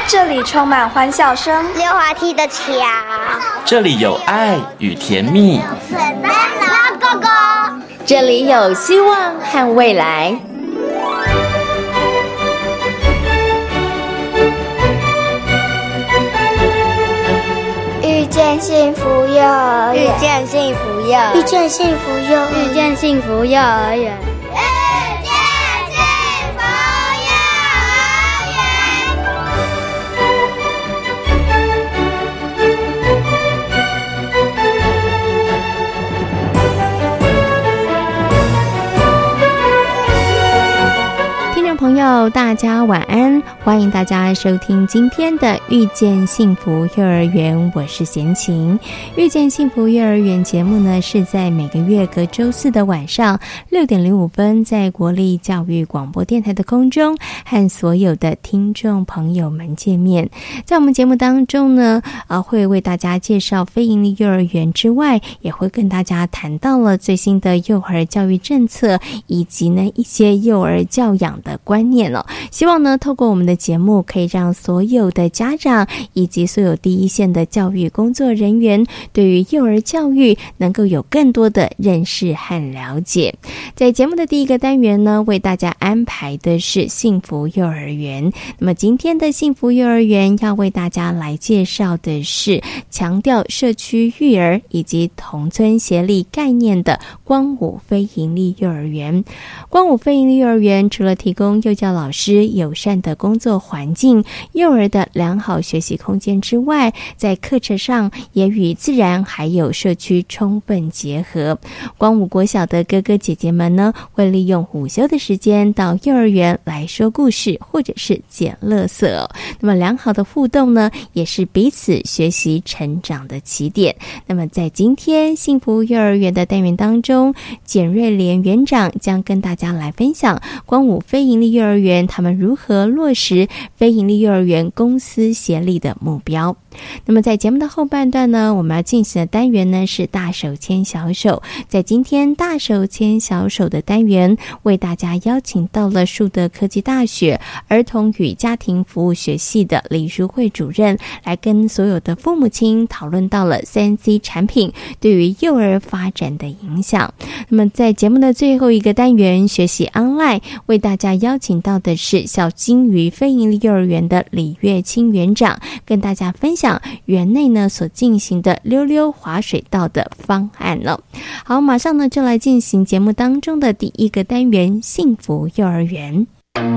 这里充满欢笑声， 溜滑梯的桥， 这里有爱与甜蜜， 水灯笼哥哥， 这里有希望和未来。 遇见幸福幼儿园， 遇见幸福幼儿园， 遇见幸福幼儿园， 遇见幸福幼儿园。 朋友大家晚安，欢迎大家收听今天的遇见幸福幼儿园，我是贤琴。遇见幸福幼儿园节目呢，是在每个月隔周四的晚上6点05分，在国立教育广播电台的空中和所有的听众朋友们见面。在我们节目当中呢，会为大家介绍非营利幼儿园之外，也会跟大家谈到了最新的幼儿教育政策，以及呢一些幼儿教养的观念哦。希望呢透过我们的节目，可以让所有的家长以及所有第一线的教育工作人员对于幼儿教育能够有更多的认识和了解。在节目的第一个单元呢，为大家安排的是幸福幼儿园。那么今天的幸福幼儿园要为大家来介绍的是强调社区育儿以及同村协力概念的光武非营利幼儿园。光武非营利幼儿园除了提供幼教老师友善的工作环境、幼儿的良好学习空间之外，在课程上也与自然还有社区充分结合。光武国小的哥哥姐姐们呢，会利用午休的时间到幼儿园来说故事或者是捡垃圾哦。那么良好的互动呢，也是彼此学习成长的起点。那么在今天幸福幼儿园的单元当中，简瑞莲园长将跟大家来分享光武非营利幼儿园他们如何落实非营利幼儿园公私协力的目标。那么在节目的后半段呢，我们要进行的单元呢是大手牵小手。在今天大手牵小手的单元，为大家邀请到了树德科技大学儿童与家庭服务学系的李淑慧主任，来跟所有的父母亲讨论到了 3C 产品对于幼儿发展的影响。那么在节目的最后一个单元学习 online， 为大家邀请到的是小金鱼非营利幼儿园的李月清园长，跟大家分享园内呢所进行的溜溜滑水道的方案了。好，马上呢就来进行节目当中的第一个单元幸福幼儿园。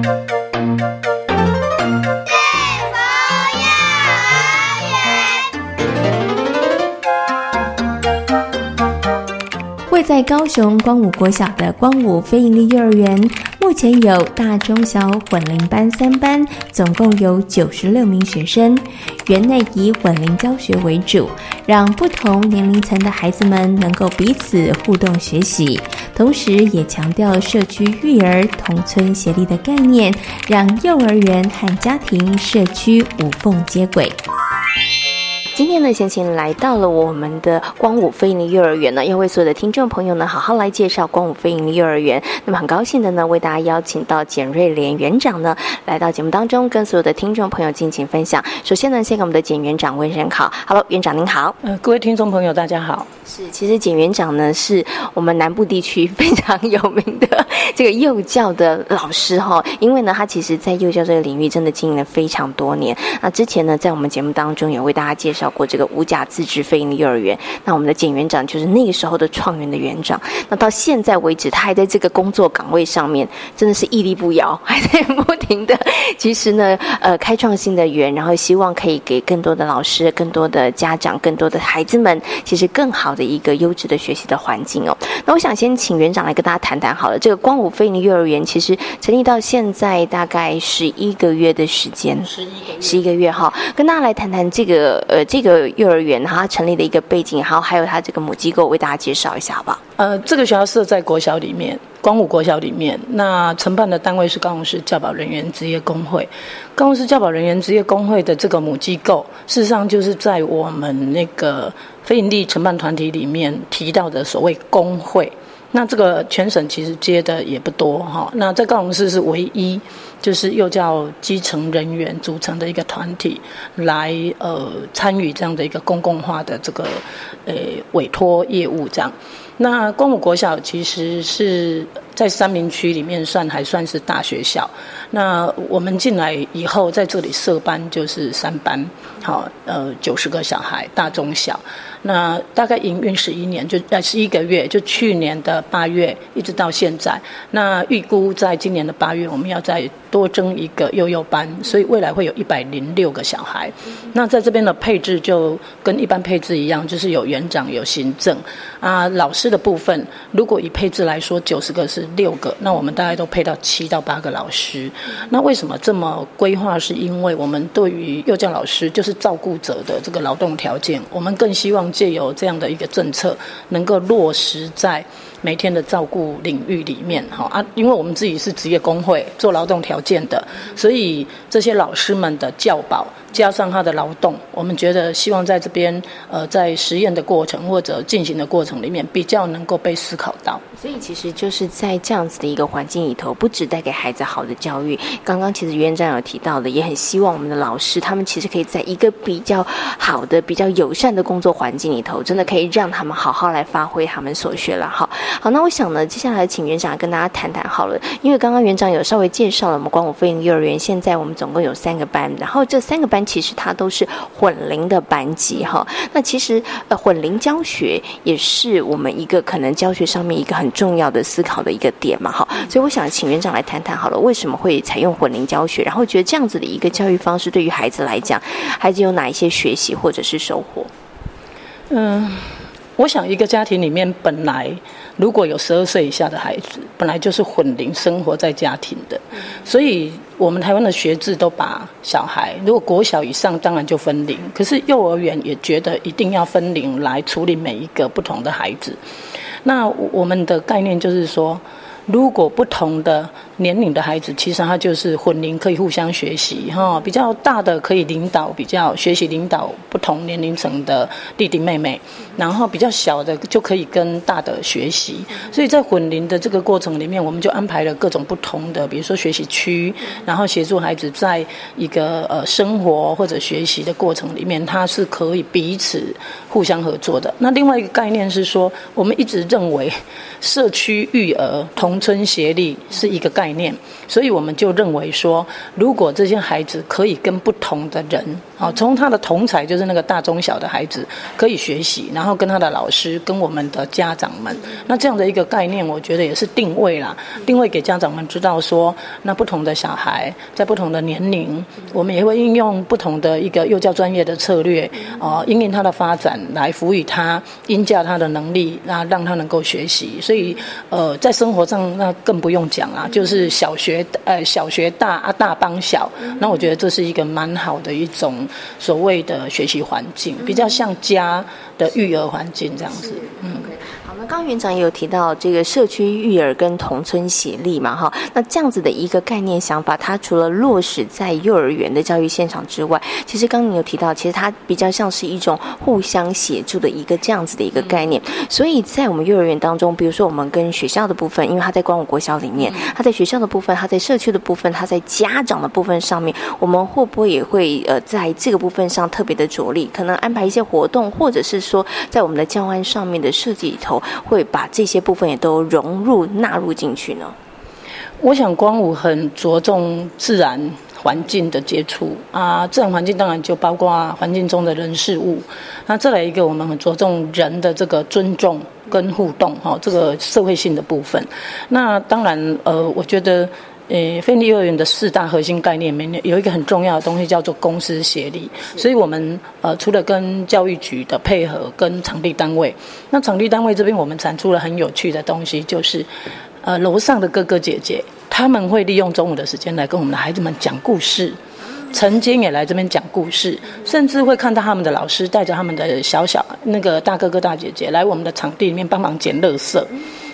位在高雄光武国小的光武非营利幼儿园，目前有大中小混龄班3班，总共有96名学生。园内以混龄教学为主，让不同年龄层的孩子们能够彼此互动学习，同时也强调社区育儿同村协力的概念，让幼儿园和家庭社区无缝接轨。今天呢，贤琴来到了我们的光武非营利幼儿园呢，要为所有的听众朋友呢，好好来介绍光武非营利幼儿园。那么很高兴的呢，为大家邀请到简瑞莲园长呢，来到节目当中，跟所有的听众朋友进行分享。首先呢，先给我们的简园长问声好。Hello， 园长您好。 各位听众朋友大家好。 是，其实简园长呢，是我们南部地区非常有名的这个幼教的老师哈，因为呢，他其实在幼教这个领域真的经营了非常多年。那之前呢，在我们节目当中有为大家介绍过这个无甲自治非营利幼儿园，那我们的简园长就是那个时候的创园的园长。那到现在为止，他还在这个工作岗位上面，真的是屹立不摇，还在不停的，其实呢，开创新的园，然后希望可以给更多的老师、更多的家长、更多的孩子们，其实更好的一个优质的学习的环境哦。那我想先请园长来跟大家谈谈好了，这个光武非营利幼儿园其实成立到现在大概11个月的时间，11个月哈，跟大家来谈谈这个幼儿园它成立的一个背景，还有它这个母机构，为大家介绍一下好不好？ 这个学校设在国小里面，光武国小里面，那承办的单位是高雄市教保人员职业工会。高雄市教保人员职业工会的这个母机构，事实上就是在我们那个非营利承办团体里面提到的所谓工会。 那这个全省其实接的也不多哈。那在高雄市是唯一就是幼教基层人员组成的一个团体来参与这样的一个公共化的这个委托业务这样。那光武国小其实是在三民区里面还算是大学校。那我们进来以后在这里设班就是3班，好90个小孩，大中小。那大概营运11年，就11个月，就去年的8月一直到现在。那预估在今年的8月，我们要再多增一个幼幼班，所以未来会有106个小孩。那在这边的配置就跟一般配置一样，就是有园长有行政啊。老师的部分，如果以配置来说，90个是6个，那我们大概都配到7到8个老师。那为什么这么规划？是因为我们对于幼教老师就是照顾者的这个劳动条件，我们更希望借由这样的一个政策能够落实在每天的照顾领域里面因为我们自己是职业工会做劳动条件的，所以这些老师们的教保加上他的劳动，我们觉得希望在这边在实验的过程或者进行的过程里面比较能够被思考到。 所以其实就是在这样子的一个环境里头，不只带给孩子好的教育，刚刚其实园长有提到的，也很希望我们的老师他们其实可以在一个比较好的比较友善的工作环境里头，真的可以让他们好好来发挥他们所学了。好，那我想呢，接下来请园长跟大家谈谈好了，因为刚刚园长有稍微介绍了我们光武飞鹰幼儿园现在我们总共有3个班，然后这3个班其实它都是混龄的班级哈。那其实混龄教学也是我们一个可能教学上面一个很重要的思考的一个点嘛哈。所以我想请园长来谈谈好了，为什么会采用混龄教学，然后觉得这样子的一个教育方式对于孩子来讲，孩子有哪一些学习或者是收获？ 我想一个家庭里面本来如果有12岁以下的孩子，本来就是混龄生活在家庭的，所以我们台湾的学制都把小孩如果国小以上当然就分龄，可是幼儿园也觉得一定要分龄来处理每一个不同的孩子。那我们的概念就是说，如果不同的年龄的孩子，其实他就是混龄，可以互相学习比较大的可以领导学习领导不同年龄层的弟弟妹妹，然后比较小的就可以跟大的学习。所以在混龄的这个过程里面，我们就安排了各种不同的，比如说学习区，然后协助孩子在一个生活或者学习的过程里面，他是可以彼此互相合作的。那另外一个概念是说，我们一直认为社区育儿同村协力是一个概念，所以我们就认为说，如果这些孩子可以跟不同的人从他的同侪就是那个大中小的孩子可以学习，然后跟他的老师跟我们的家长们，那这样的一个概念我觉得也是定位给家长们知道说，那不同的小孩在不同的年龄，我们也会应用不同的一个幼教专业的策略因应他的发展来辅以他因价他的能力，让他能够学习。所以在生活上那更不用讲就是小学大大帮小，那我觉得这是一个蛮好的一种所谓的学习环境，比较像家的育儿环境这样子。 好，那刚刚园长也有提到这个社区育儿跟同村协力嘛哈，那这样子的一个概念想法，它除了落实在幼儿园的教育现场之外，其实刚刚你有提到，其实它比较像是一种互相协助的一个这样子的一个概念。所以在我们幼儿园当中，比如说我们跟学校的部分，因为它在光武国小里面，它在学校的部分，它在社区的部分，它在家长的部分上面，我们会不会也会在这个部分上特别的着力，可能安排一些活动，或者是说在我们的教案上面的设计里头，会把这些部分也都纳入进去呢？ 我想光武很着重自然环境的接触自然环境当然就包括环境中的人事物。那再来一个，我们很着重人的这个尊重跟互动这个社会性的部分。那当然我觉得飞利幼儿园的4大核心概念里面有一个很重要的东西叫做公私协力，所以我们除了跟教育局的配合跟场地单位，那场地单位这边我们产出了很有趣的东西，就是楼上的哥哥姐姐他们会利用中午的时间来跟我们的孩子们讲故事，晨间也来这边讲故事，甚至会看到他们的老师带着他们的那个大哥哥大姐姐来我们的场地里面帮忙捡垃圾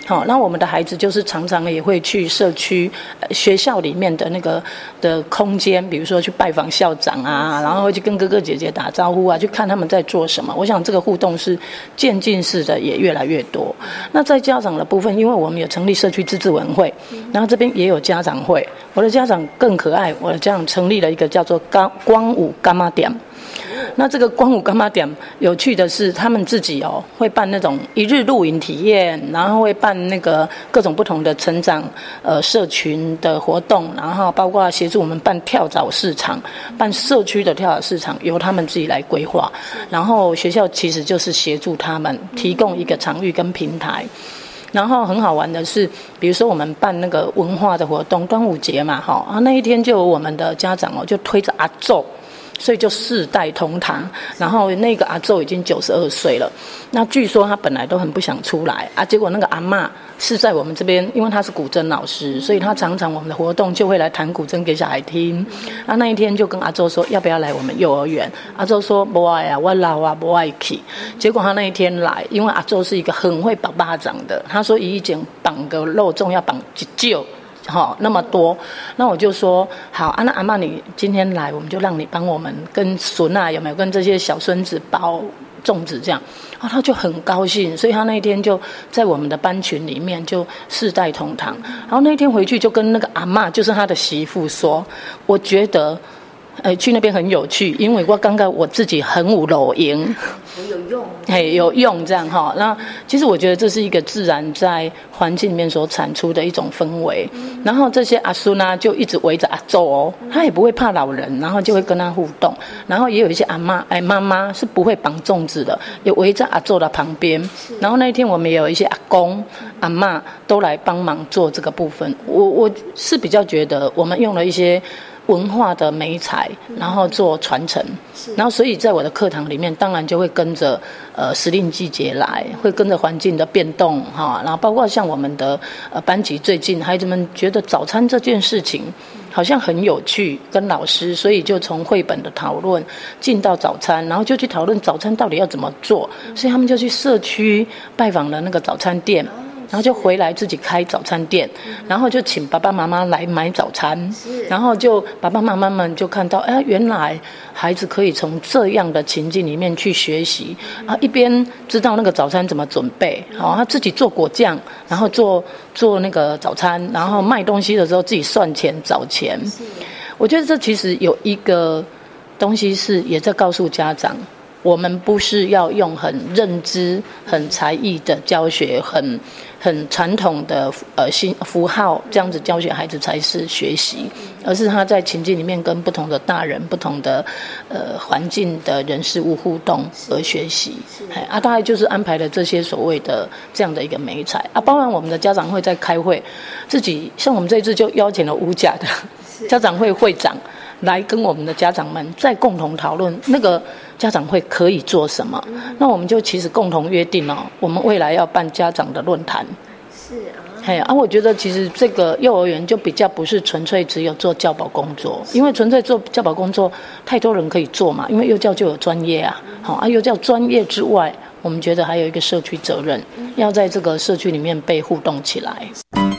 好，那我们的孩子就是常常也会去社区、学校里面的那个的空间，比如说去拜访校长啊，然后会去跟哥哥姐姐打招呼啊，去看他们在做什么。我想这个互动是渐进式的，也越来越多。那在家长的部分，因为我们有成立社区自治委员会，然后这边也有家长会。我的家长更可爱，我的家长成立了一个叫做光武干妈店。那这个光武干妈点有趣的是，他们自己会办那种一日露营体验，然后会办那个各种不同的成长社群的活动，然后包括协助我们办跳蚤市场，办社区的跳蚤市场由他们自己来规划，然后学校其实就是协助他们提供一个场域跟平台。然后很好玩的是，比如说我们办那个文化的活动，端午节嘛，那一天就有我们的家长就推着阿祖。所以就4代同堂，然后那个阿祖已经92岁了，那据说他本来都很不想出来啊，结果那个阿嬷是在我们这边，因为他是古筝老师，所以他常常我们的活动就会来弹古筝给小孩听。那一天就跟阿祖说要不要来我们幼儿园，阿祖说不爱啊，我老啊不爱去。结果他那一天来，因为阿祖是一个很会绑巴掌的，他说一件绑个肉粽要绑一嚿。那么多，那我就说好啊，那阿嬷你今天来，我们就让你帮我们跟孙啊，有没有跟这些小孙子包粽子这样，他就很高兴，所以他那一天就在我们的班群里面就4代同堂，然后那一天回去就跟那个阿嬷，就是他的媳妇说，我觉得去那边很有趣，因为我刚刚我自己很有露营，有用这样哈。那其实我觉得这是一个自然在环境里面所产出的一种氛围。然后这些阿孙啊就一直围着阿祖他也不会怕老人，然后就会跟他互动。然后也有一些阿嬷妈妈是不会绑粽子的，也围在阿祖的旁边。然后那一天我们也有一些阿公阿嬷都来帮忙做这个部分。我是比较觉得我们用了一些文化的媒材，然后做传承，然后所以在我的课堂里面，当然就会跟着时令季节来，会跟着环境的变动哈，然后包括像我们的班级最近孩子们觉得早餐这件事情好像很有趣，跟老师，所以就从绘本的讨论进到早餐，然后就去讨论早餐到底要怎么做，所以他们就去社区拜访了那个早餐店。然后就回来自己开早餐店，然后就请爸爸妈妈来买早餐，然后就爸爸妈妈们就看到，原来孩子可以从这样的情境里面去学习啊，一边知道那个早餐怎么准备，他自己做果酱，然后做那个早餐，然后卖东西的时候自己算钱找钱。我觉得这其实有一个东西是也在告诉家长，我们不是要用很认知、很才艺的教学，很传统的符号这样子教学孩子才是学习，而是他在情境里面跟不同的大人、不同的环境的人事物互动而学习。大概就是安排了这些所谓的这样的一个媒材包含我们的家长会在开会，自己像我们这一次就邀请了5甲的家长会会长来跟我们的家长们再共同讨论那个家长会可以做什么。那我们就其实共同约定我们未来要办家长的论坛。我觉得其实这个幼儿园就比较不是纯粹只有做教保工作，因为纯粹做教保工作太多人可以做嘛，因为幼教就有专业幼教专业之外，我们觉得还有一个社区责任，要在这个社区里面被互动起来。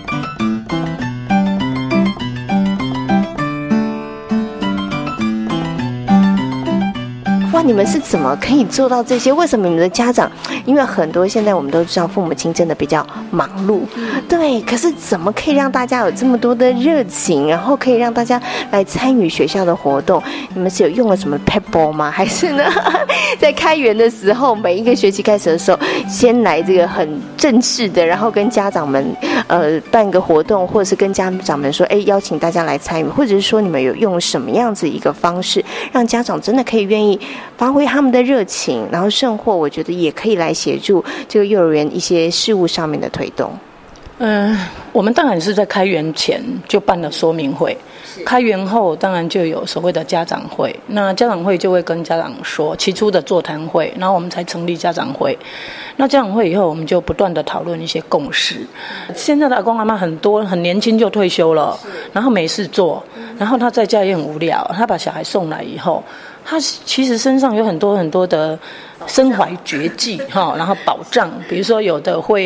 你们是怎么可以做到这些？为什么你们的家长，因为很多现在我们都知道父母亲真的比较忙碌，对，可是怎么可以让大家有这么多的热情，然后可以让大家来参与学校的活动？你们是有用了什么 pebble 吗？还是呢在开园的时候，每一个学期开始的时候，先来这个很正式的，然后跟家长们办个活动，或者是跟家长们说邀请大家来参与，或者是说你们有用什么样子一个方式让家长真的可以愿意发挥他们的热情，然后甚或我觉得也可以来协助这个幼儿园一些事务上面的推动。 我们当然是在开园前就办了说明会，开园后当然就有所谓的家长会，那家长会就会跟家长说起初的座谈会，然后我们才成立家长会。那家长会以后我们就不断的讨论一些共识。现在的阿公阿嬷很多很年轻就退休了，然后没事做，然后他在家也很无聊，他把小孩送来以后，他其实身上有很多很多的身怀绝技然后宝藏，比如说有的会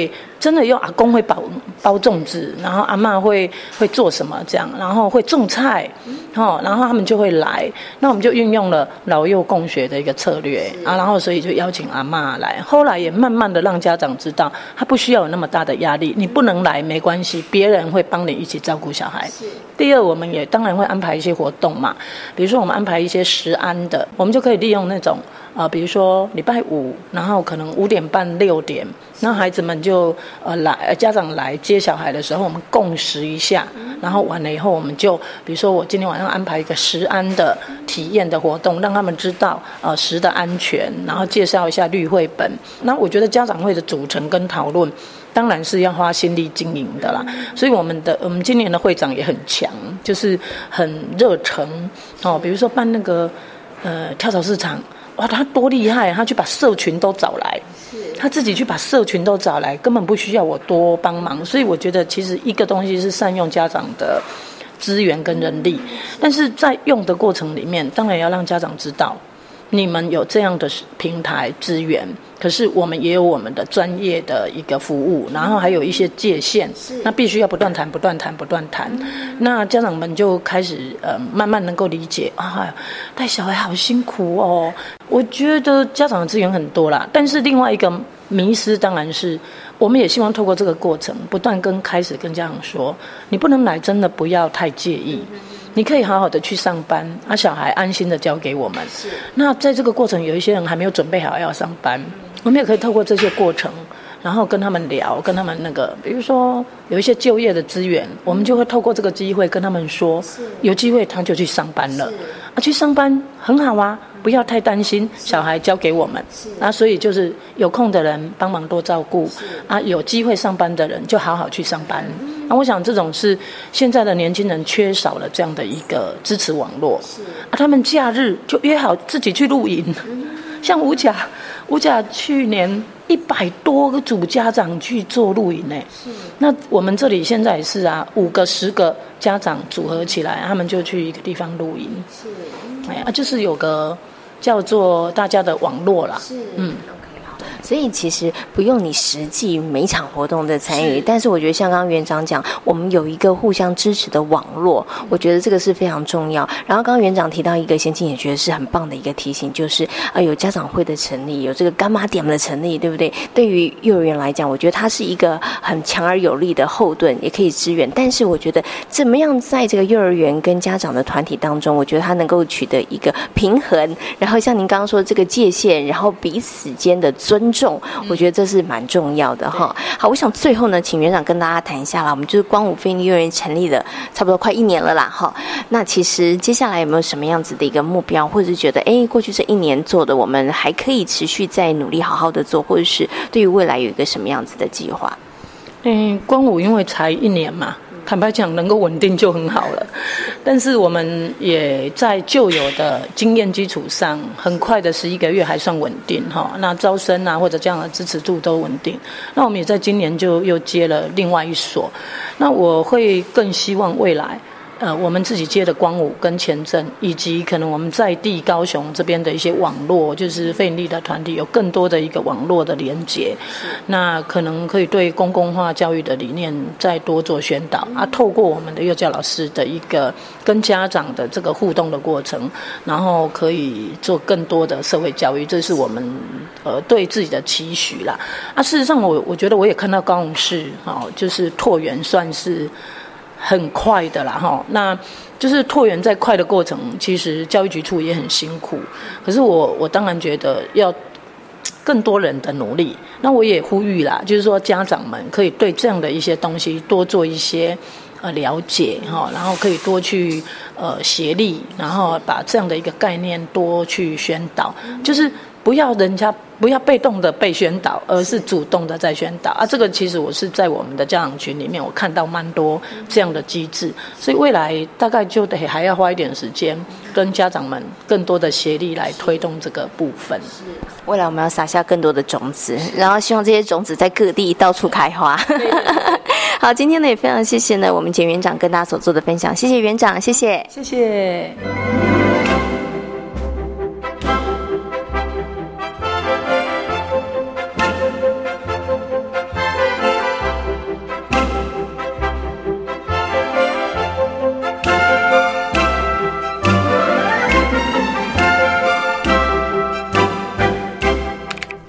真的有阿公会包粽子，然后阿嬷会做什么这样，然后会种菜，然后他们就会来，那我们就运用了老幼共学的一个策略啊，然后所以就邀请阿嬷来，后来也慢慢的让家长知道，他不需要有那么大的压力，你不能来没关系，别人会帮你一起照顾小孩。第二，我们也当然会安排一些活动嘛，比如说我们安排一些食安的，我们就可以利用那种比如说礼拜五，然后可能5点半6点，那孩子们就家长来接小孩的时候，我们共食一下，然后完了以后，我们就比如说我今天晚上安排一个食安的体验的活动，让他们知道食的安全，然后介绍一下绿绘本。那我觉得家长会的组成跟讨论，当然是要花心力经营的啦，所以我们今年的会长也很强，就是很热诚比如说办那个跳蚤市场，哇，他多厉害，他去把社群都找来，他自己去把社群都找来，根本不需要我多帮忙。所以我觉得其实一个东西是善用家长的资源跟人力，但是在用的过程里面，当然要让家长知道你们有这样的平台资源，可是我们也有我们的专业的一个服务，然后还有一些界限，那必须要不断谈。那家长们就开始慢慢能够理解带小孩好辛苦哦。我觉得家长的资源很多啦，但是另外一个迷思当然是，我们也希望透过这个过程，不断开始跟家长说，你不能来，真的不要太介意。你可以好好的去上班，小孩安心的交给我们。那在这个过程，有一些人还没有准备好要上班，我们也可以透过这些过程，然后跟他们聊，跟他们比如说有一些就业的资源，我们就会透过这个机会跟他们说，有机会他就去上班了。去上班很好啊，不要太担心，小孩交给我们。所以就是有空的人帮忙多照顾有机会上班的人就好好去上班。我想这种是现在的年轻人缺少了这样的一个支持网络他们假日就约好自己去露营像五甲去年100多个组家长去做露营那我们这里现在也是5个10个家长组合起来，他们就去一个地方露营就是有个叫做大家的网络啦所以其实不用你实际每场活动的参与，但是我觉得像刚刚园长讲，我们有一个互相支持的网络，我觉得这个是非常重要。然后刚刚园长提到一个贤青也觉得是很棒的一个提醒，就是有家长会的成立，有这个干妈点的成立，对不对？对于幼儿园来讲，我觉得它是一个很强而有力的后盾，也可以支援。但是我觉得怎么样在这个幼儿园跟家长的团体当中，我觉得它能够取得一个平衡，然后像您刚刚说这个界限，然后彼此间的尊重，我觉得这是蛮重要的哈。好，我想最后呢，请园长跟大家谈一下啦。我们就是光武非营利幼儿园成立了差不多快1年了啦哈。那其实接下来有没有什么样子的一个目标，或者是觉得过去这1年做的，我们还可以持续再努力好好的做，或者是对于未来有一个什么样子的计划？ 光武因为才1年嘛，坦白讲能够稳定就很好了，但是我们也在旧有的经验基础上，很快的11个月还算稳定那招生或者这样的支持度都稳定。那我们也在今年就又接了另外一所，那我会更希望未来我们自己接的光武跟前镇，以及可能我们在地高雄这边的一些网络，就是非营利的团体，有更多的一个网络的连结，那可能可以对公共化教育的理念再多做宣导透过我们的幼教老师的一个跟家长的这个互动的过程，然后可以做更多的社会教育，这是我们对自己的期许啦事实上我觉得我也看到高雄市就是拓园算是很快的啦那就是拓园在快的过程，其实教育局处也很辛苦，可是我当然觉得要更多人的努力。那我也呼吁啦，就是说家长们可以对这样的一些东西多做一些了解然后可以多去协力，然后把这样的一个概念多去宣导，就是不要被动的被宣导，而是主动的在宣导这个其实我是在我们的家长群里面，我看到蛮多这样的机制，所以未来大概就还要花一点时间跟家长们更多的协力来推动这个部分。 未来我们要撒下更多的种子，然后希望这些种子在各地到处开花。好，今天呢也非常谢谢呢我们简园长跟大家所做的分享，谢谢园长，谢谢， 谢谢。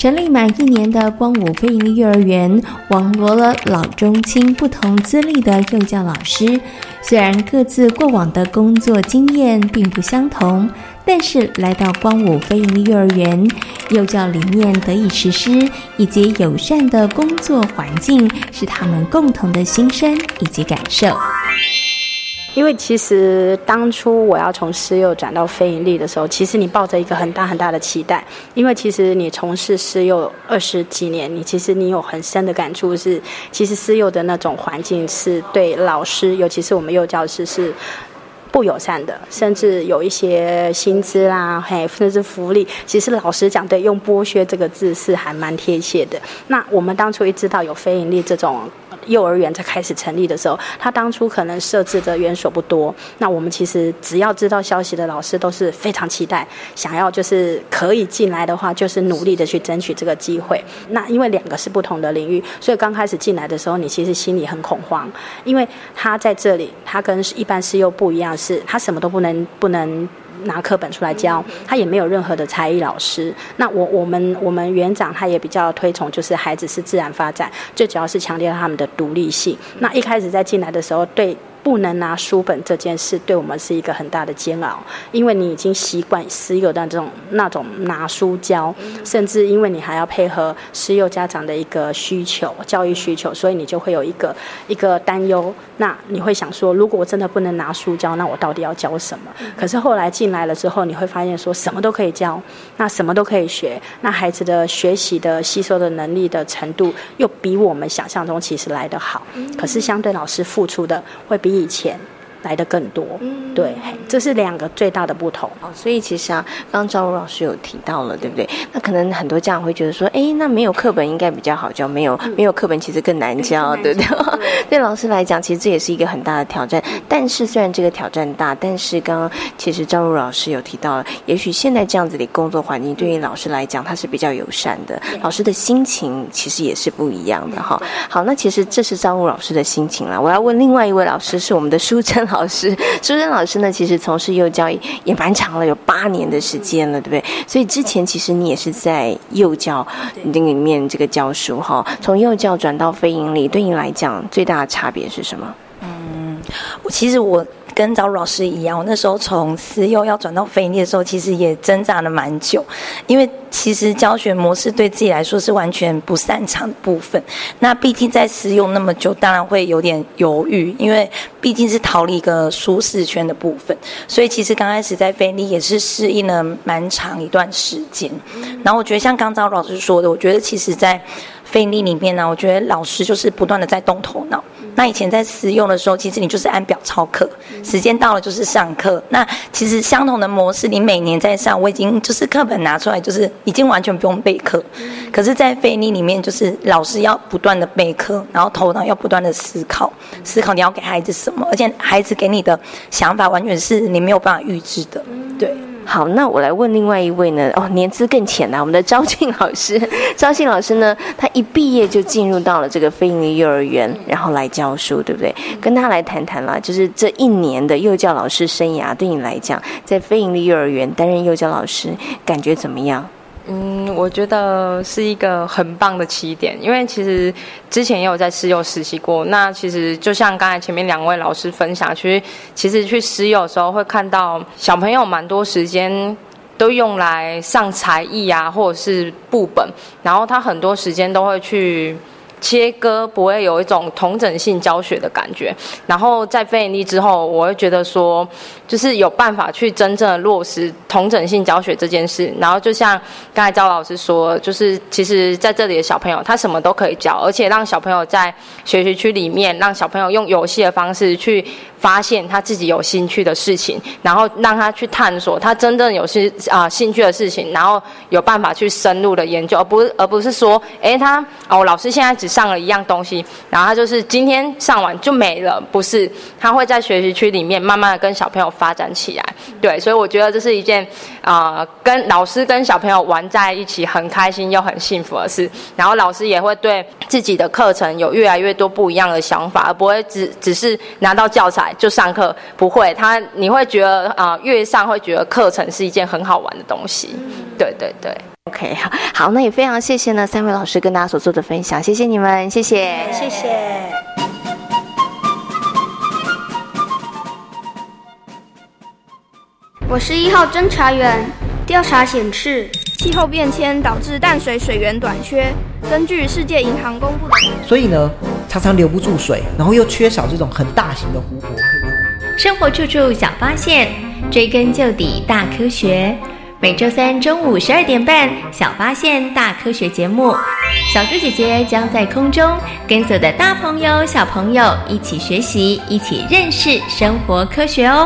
成立满1年的光武非营利幼儿园，网罗了老中青不同资历的幼教老师。虽然各自过往的工作经验并不相同，但是来到光武非营利幼儿园，幼教理念得以实施，以及友善的工作环境，是他们共同的心声以及感受。 因为其实当初我要从私幼转到非营利的时候，其实你抱着一个很大很大的期待，因为其实你从事私幼20几年，其实你有很深的感触是，其实私幼的那种环境是对老师，尤其是我们幼教师是不友善的，甚至有一些薪资啦，甚至福利，其实老实讲，对，用剥削这个字是还蛮贴切的。那我们当初一知道有非营利这种幼儿园在开始成立的时候，他当初可能设置的园所不多，那我们其实只要知道消息的老师都是非常期待，想要就是可以进来的话，就是努力的去争取这个机会。那因为2个是不同的领域，所以刚开始进来的时候，你其实心里很恐慌，因为他在这里，他跟一般私幼不一样，是他什么都不能拿课本出来教，他也没有任何的才艺老师。那我们园长他也比较推崇，就是孩子是自然发展，最主要是强调他们的独立性。那一开始在进来的时候，对不能拿书本这件事，对我们是一个很大的煎熬，因为你已经习惯私幼的那种拿书教，甚至因为你还要配合私幼家长的一个需求，教育需求，所以你就会有一个担忧。那你会想说，如果我真的不能拿书教，那我到底要教什么？可是后来进来了之后，你会发现说什么都可以教，那什么都可以学，那孩子的学习的吸收的能力的程度又比我们想象中其实来得好，可是相对老师付出的会比以前来得更多，对，这是2个最大的不同。 所以其实啊，刚刚赵如老师有提到了，对不对？那可能很多家长会觉得说，那没有课本应该比较好教，没有课本其实更难教，对不对？对老师来讲，其实这也是一个很大的挑战。但是虽然这个挑战大，但是刚刚其实赵如老师有提到了，也许现在这样子的工作环境对于老师来讲，它是比较友善的，老师的心情其实也是不一样的哈。好，那其实这是赵如老师的心情啦。我要问另外一位老师，是我们的淑珍老师。淑珍老师呢，其实从事幼教也蛮长了，有8年的时间了，对不对？所以之前其实你也是在幼教里面这个教书哈。从幼教转到非营利，对你来讲最大的差别是什么？ 其实我跟赵老师一样，我那时候从私幼要转到非营利的时候，其实也挣扎了蛮久，因为其实教学模式对自己来说是完全不擅长的部分。那毕竟在私幼那么久，当然会有点犹豫，因为毕竟是逃离一个舒适圈的部分，所以其实刚开始在非营利也是适应了蛮长一段时间。然后我觉得像刚赵老师说的，我觉得其实在非营利里面呢，我觉得老师就是不断的在动头脑。那以前在私幼的时候，其实你就是按表操课，时间到了就是上课。那其实相同的模式，你每年在上，我已经就是课本拿出来，就是已经完全不用备课。可是，在非营利里面，就是老师要不断的备课，然后头脑要不断的思考你要给孩子什么，而且孩子给你的想法完全是你没有办法预知的，对。 好，那我来问另外一位呢，年资更浅我们的昭庆老师。昭庆老师呢，他一毕业就进入到了这个非营利幼儿园，然后来教书，对不对？跟他来谈谈啦，就是这1年的幼教老师生涯，对你来讲，在非营利幼儿园担任幼教老师，感觉怎么样？ 我觉得是一个很棒的起点，因为其实之前也有在私幼实习过。那其实就像刚才前面2位老师分享，其实去私幼的时候会看到小朋友蛮多时间都用来上才艺啊，或者是部本，然后他很多时间都会去切割，不会有一种同整性教学的感觉。然后在非营利之后，我会觉得说，就是有办法去真正的落实同整性教学这件事。然后就像刚才赵老师说，就是其实在这里的小朋友他什么都可以教，而且让小朋友在学习区里面，让小朋友用游戏的方式去发现他自己有兴趣的事情，然后让他去探索他真正有兴趣的事情，然后有办法去深入的研究，而不是说老师现在只上了一样东西，然后他就是今天上完就没了，不是，他会在学习区里面慢慢的跟小朋友发展起来。对，所以我觉得这是一件跟老师跟小朋友玩在一起很开心又很幸福的事。然后老师也会对自己的课程有越来越多不一样的想法，而不会只是拿到教材就上课，不会，你会觉得越上会觉得课程是一件很好玩的东西。对对对。 OK， 好，那也非常谢谢呢3位老师跟大家所做的分享，谢谢你们，谢谢， 谢谢。 我是1号侦查员。调查显示，气候变迁导致淡水水源短缺。根据世界银行公布的， 所以呢，常常留不住水，然后又缺少这种很大型的湖泊。 生活处处小发现，追根究底大科学。每周三中午12点半，小发现大科学节目，小猪姐姐将在空中跟所有的大朋友小朋友一起学习，一起认识生活科学哦。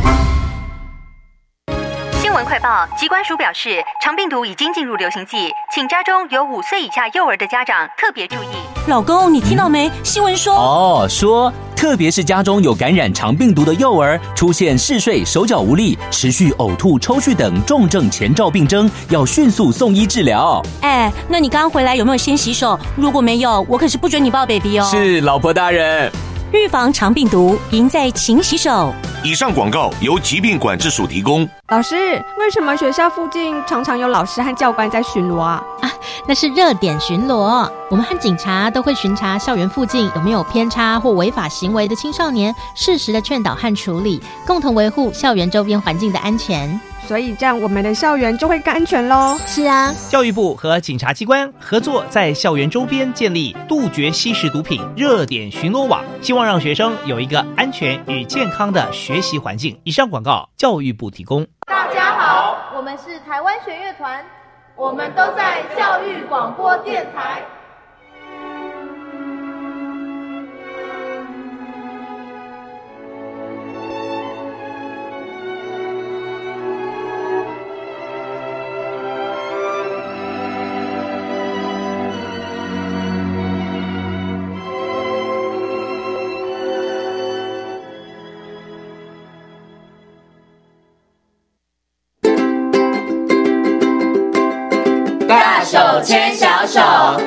新闻快报，疾管署表示，肠病毒已经进入流行季，请家中有5岁以下幼儿的家长特别注意。 老公，你听到没？新闻说特别是家中有感染肠病毒的幼儿，出现嗜睡、手脚无力、持续呕吐、抽搐等重症前兆病征，要迅速送医治疗。 那你刚回来有没有先洗手？如果没有，我可是不准你抱 baby 哦。 是，老婆大人。 预防肠病毒，赢在勤洗手。 以上广告由疾病管制署提供。 老师，为什么学校附近常常有老师和教官在巡逻啊？ 那是热点巡逻。我们和警察都会巡查校园附近有没有偏差或违法行为的青少年，适时的劝导和处理，共同维护校园周边环境的安全。 所以这样我们的校园就会更安全咯。 是啊， 教育部和警察机关合作，在校园周边建立杜绝吸食毒品热点巡逻网，希望让学生有一个安全与健康的学习环境。以上广告教育部提供。 大家好，我们是台湾弦乐团，我们都在教育广播电台。 大手牵小手。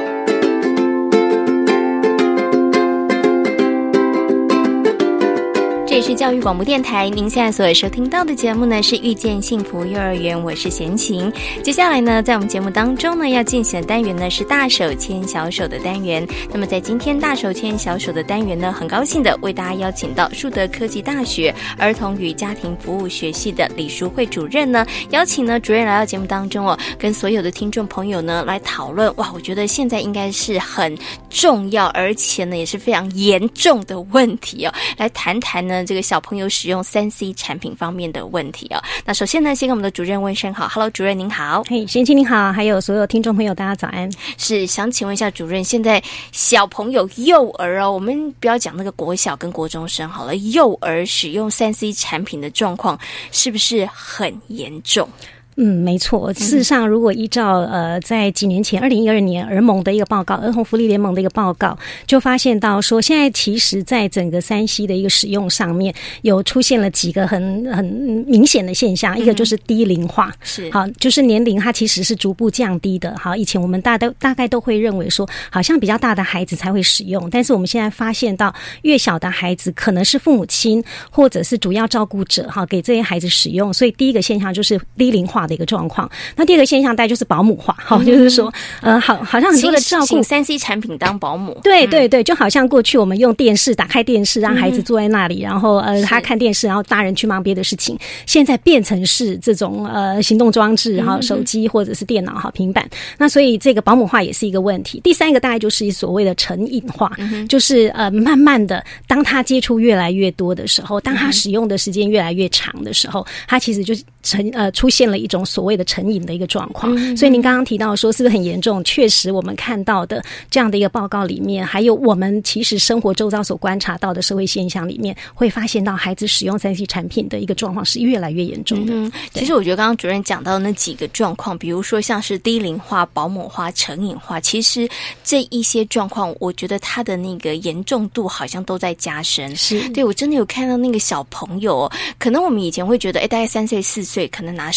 这里是教育广播电台，您现在所收听到的节目呢是遇见幸福幼儿园，我是贤琴。接下来呢，在我们节目当中呢，要进行的单元呢是大手牵小手的单元。那么在今天大手牵小手的单元呢，很高兴的为大家邀请到树德科技大学儿童与家庭服务学系的李淑慧主任呢，邀请呢主任来到节目当中哦，跟所有的听众朋友呢来讨论。哇，我觉得现在应该是很重要，而且呢也是非常严重的问题哦，来谈谈呢这个小朋友使用3C 产品方面的问题哦。那首先呢，先跟我们的主任问声好 ，Hello， 主任您好。 贤琴您好，还有所有听众朋友，大家早安。 是想请问一下主任，现在小朋友幼儿哦，我们不要讲那个国小跟国中生好了，幼儿使用3C 产品的状况是不是很严重？ 没错。事实上，如果依照在几年前2012年儿盟的一个报告，儿童福利联盟的一个报告，就发现到说，现在其实在整个3C 的一个使用上面，有出现了几个很明显的现象。一个就是低龄化， 是好，就是年龄它其实是逐步降低的。好，以前我们大概都会认为说，好像比较大的孩子才会使用，但是我们现在发现到，越小的孩子可能是父母亲或者是主要照顾者哈，给这些孩子使用。所以第一个现象就是低龄化的一个状况。那第二个现象大概就是保姆化，就是说好像很多的照顾请 3C 产品当保姆。 对对对，就好像过去我们用电视，打开电视让孩子坐在那里，然后他看电视，然后大人去忙别的事情。现在变成是这种行动装置哈，手机或者是电脑哈，平板。那所以这个保姆化也是一个问题。第三个大概就是所谓的成瘾化，就是慢慢的当他接触越来越多的时候，当他使用的时间越来越长的时候，他其实就是出现了一种所谓的成瘾的一个状况。所以您刚刚提到说是不是很严重？确实我们看到的这样的一个报告里面，还有我们其实生活周遭所观察到的社会现象里面，会发现到孩子使用3C 产品的一个状况是越来越严重的。 其实我觉得刚刚主任讲到那几个状况，比如说像是低龄化、保姆化、成瘾化，其实这一些状况我觉得它的那个严重度好像都在加深。 是， 对，我真的有看到那个小朋友可能我们以前会觉得大概3岁4岁可能拿手机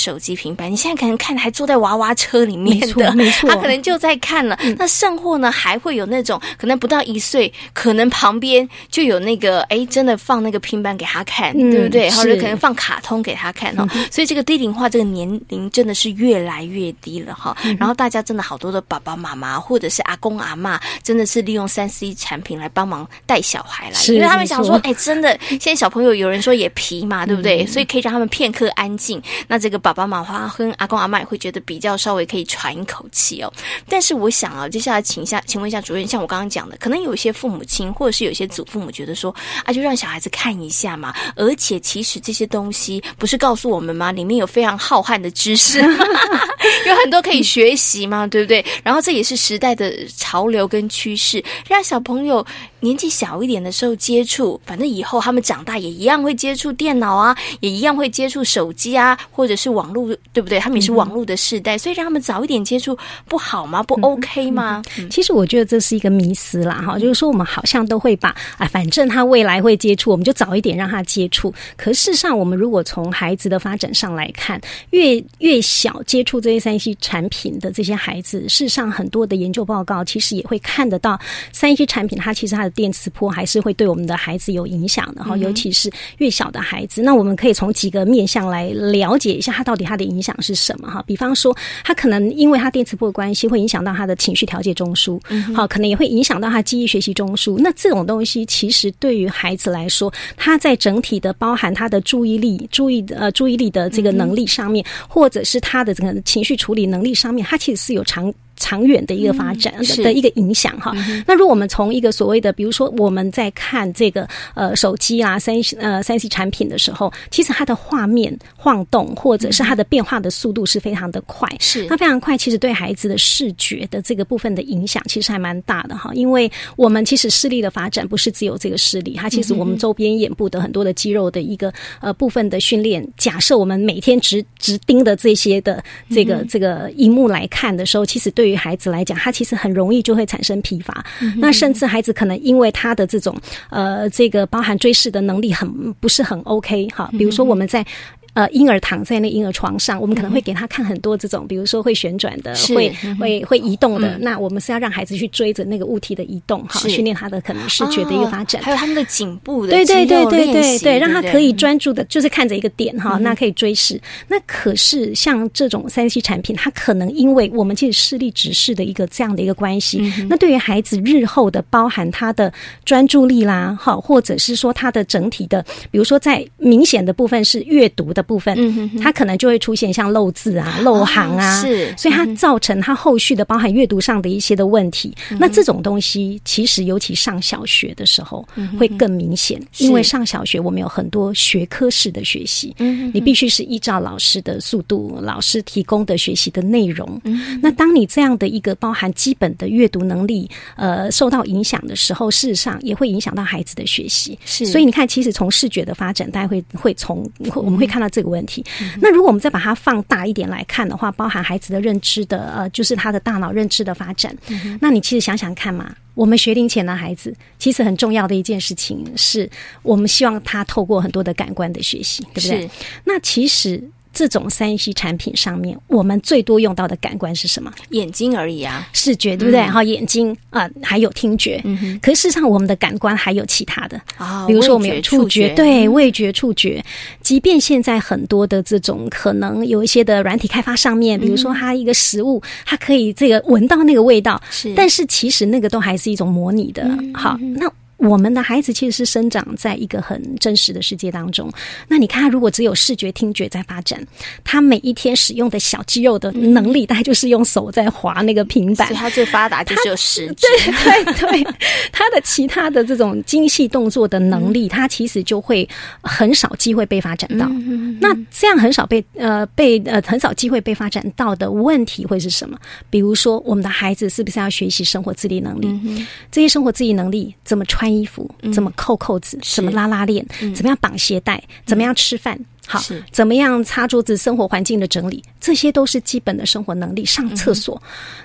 平板，你现在可能看还坐在娃娃车里面的， 没错， 他可能就在看了。那甚或呢，还会有那种可能不到1岁，可能旁边就有那个真的放那个平板给他看，对不对？或者可能放卡通给他看所以这个低龄化这个年龄真的是越来越低了然后大家真的好多的爸爸妈妈或者是阿公阿嬷，真的是利用3C 产品来帮忙带小孩来，因为他们想说真的现在小朋友有人说也皮嘛，对不对？所以可以让他们片刻安静，那这个爸爸妈妈跟阿公阿嬷也会觉得比较稍微可以喘一口气但是我想接下来请问一下主任，像我刚刚讲的，可能有一些父母亲或者是有一些祖父母觉得说就让小孩子看一下嘛，而且其实这些东西不是告诉我们吗？里面有非常浩瀚的知识有很多可以学习嘛，对不对？然后这也是时代的潮流跟趋势，让小朋友年纪小一点的时候接触，反正以后他们长大也一样会接触电脑啊，也一样会接触手机啊，或者是网络，对不对？他们也是网络的世代，所以让他们早一点接触不好吗？不 OK 吗？ 其实我觉得这是一个迷思啦就是说我们好像都会把反正他未来会接触，我们就早一点让他接触。可事实上我们如果从孩子的发展上来看，越小接触这些 3C 产品的这些孩子，事实上很多的研究报告其实也会看得到 3C 产品它其实它的电磁波还是会对我们的孩子有影响的尤其是越小的孩子。那我们可以从几个面向来了解一下它到底它的影响是什么比方说它可能因为它电磁波的关系会影响到他的情绪调节中枢可能也会影响到他记忆学习中枢。那这种东西其实对于孩子来说，他在整体的包含他的注意力的这个能力上面，或者是他的整个情绪处理能力上面，他其实是有长远的一个发展的一个影响那如果我们从一个所谓的比如说我们在看这个手机啊3C 产品的时候，其实它的画面晃动或者是它的变化的速度是非常的快，是它非常快，其实对孩子的视觉的这个部分的影响其实还蛮大的因为我们其实视力的发展不是只有这个视力，它其实我们周边眼部的很多的肌肉的一个部分的训练，假设我们每天直盯的这些的这个萤幕来看的时候，其实对于孩子来讲，他其实很容易就会产生疲乏那甚至孩子可能因为他的这种这个包含追视的能力不是很 OK 比如说我们在婴儿躺在那婴儿床上，我们可能会给他看很多这种比如说会旋转的会移动的那我们是要让孩子去追着那个物体的移动训练他的可能视觉的一个发展还有他们的颈部的肌肉练习对，让他可以专注的就是看着一个点那可以追视那可是像这种 3C 产品，它可能因为我们其实视力直视的一个这样的一个关系那对于孩子日后的包含他的专注力啦或者是说他的整体的比如说在明显的部分是阅读的部分它可能就会出现像漏字啊漏行啊是所以它造成它后续的包含阅读上的一些的问题那这种东西其实尤其上小学的时候会更明显因为上小学我们有很多学科式的学习你必须是依照老师的速度老师提供的学习的内容那当你这样的一个包含基本的阅读能力受到影响的时候，事实上也会影响到孩子的学习是所以你看其实从视觉的发展大家会从我们会看到这个问题那如果我们再把它放大一点来看的话，包含孩子的认知的就是他的大脑认知的发展那你其实想想看嘛我们学龄前的孩子其实很重要的一件事情是我们希望他透过很多的感官的学习对不对那其实这种 3C 产品上面我们最多用到的感官是什么？眼睛而已啊，视觉对不对眼睛还有听觉可是事实上我们的感官还有其他的比如说我们有触觉对味觉触觉即便现在很多的这种可能有一些的软体开发上面比如说它一个食物它可以这个闻到那个味道但是其实那个都还是一种模拟的好那我们的孩子其实是生长在一个很真实的世界当中那你看他如果只有视觉听觉在发展他每一天使用的小肌肉的能力大概就是用手在滑那个平板所以他最发达就是有食指对他的其他的这种精细动作的能力他其实就会很少机会被发展到那这样很少很少机会被发展到的问题会是什么比如说我们的孩子是不是要学习生活自理能力这些生活自理能力怎么穿衣服怎么扣扣子怎么拉拉链怎么样绑鞋带怎么样吃饭好怎么样擦桌子生活环境的整理这些都是基本的生活能力上厕所那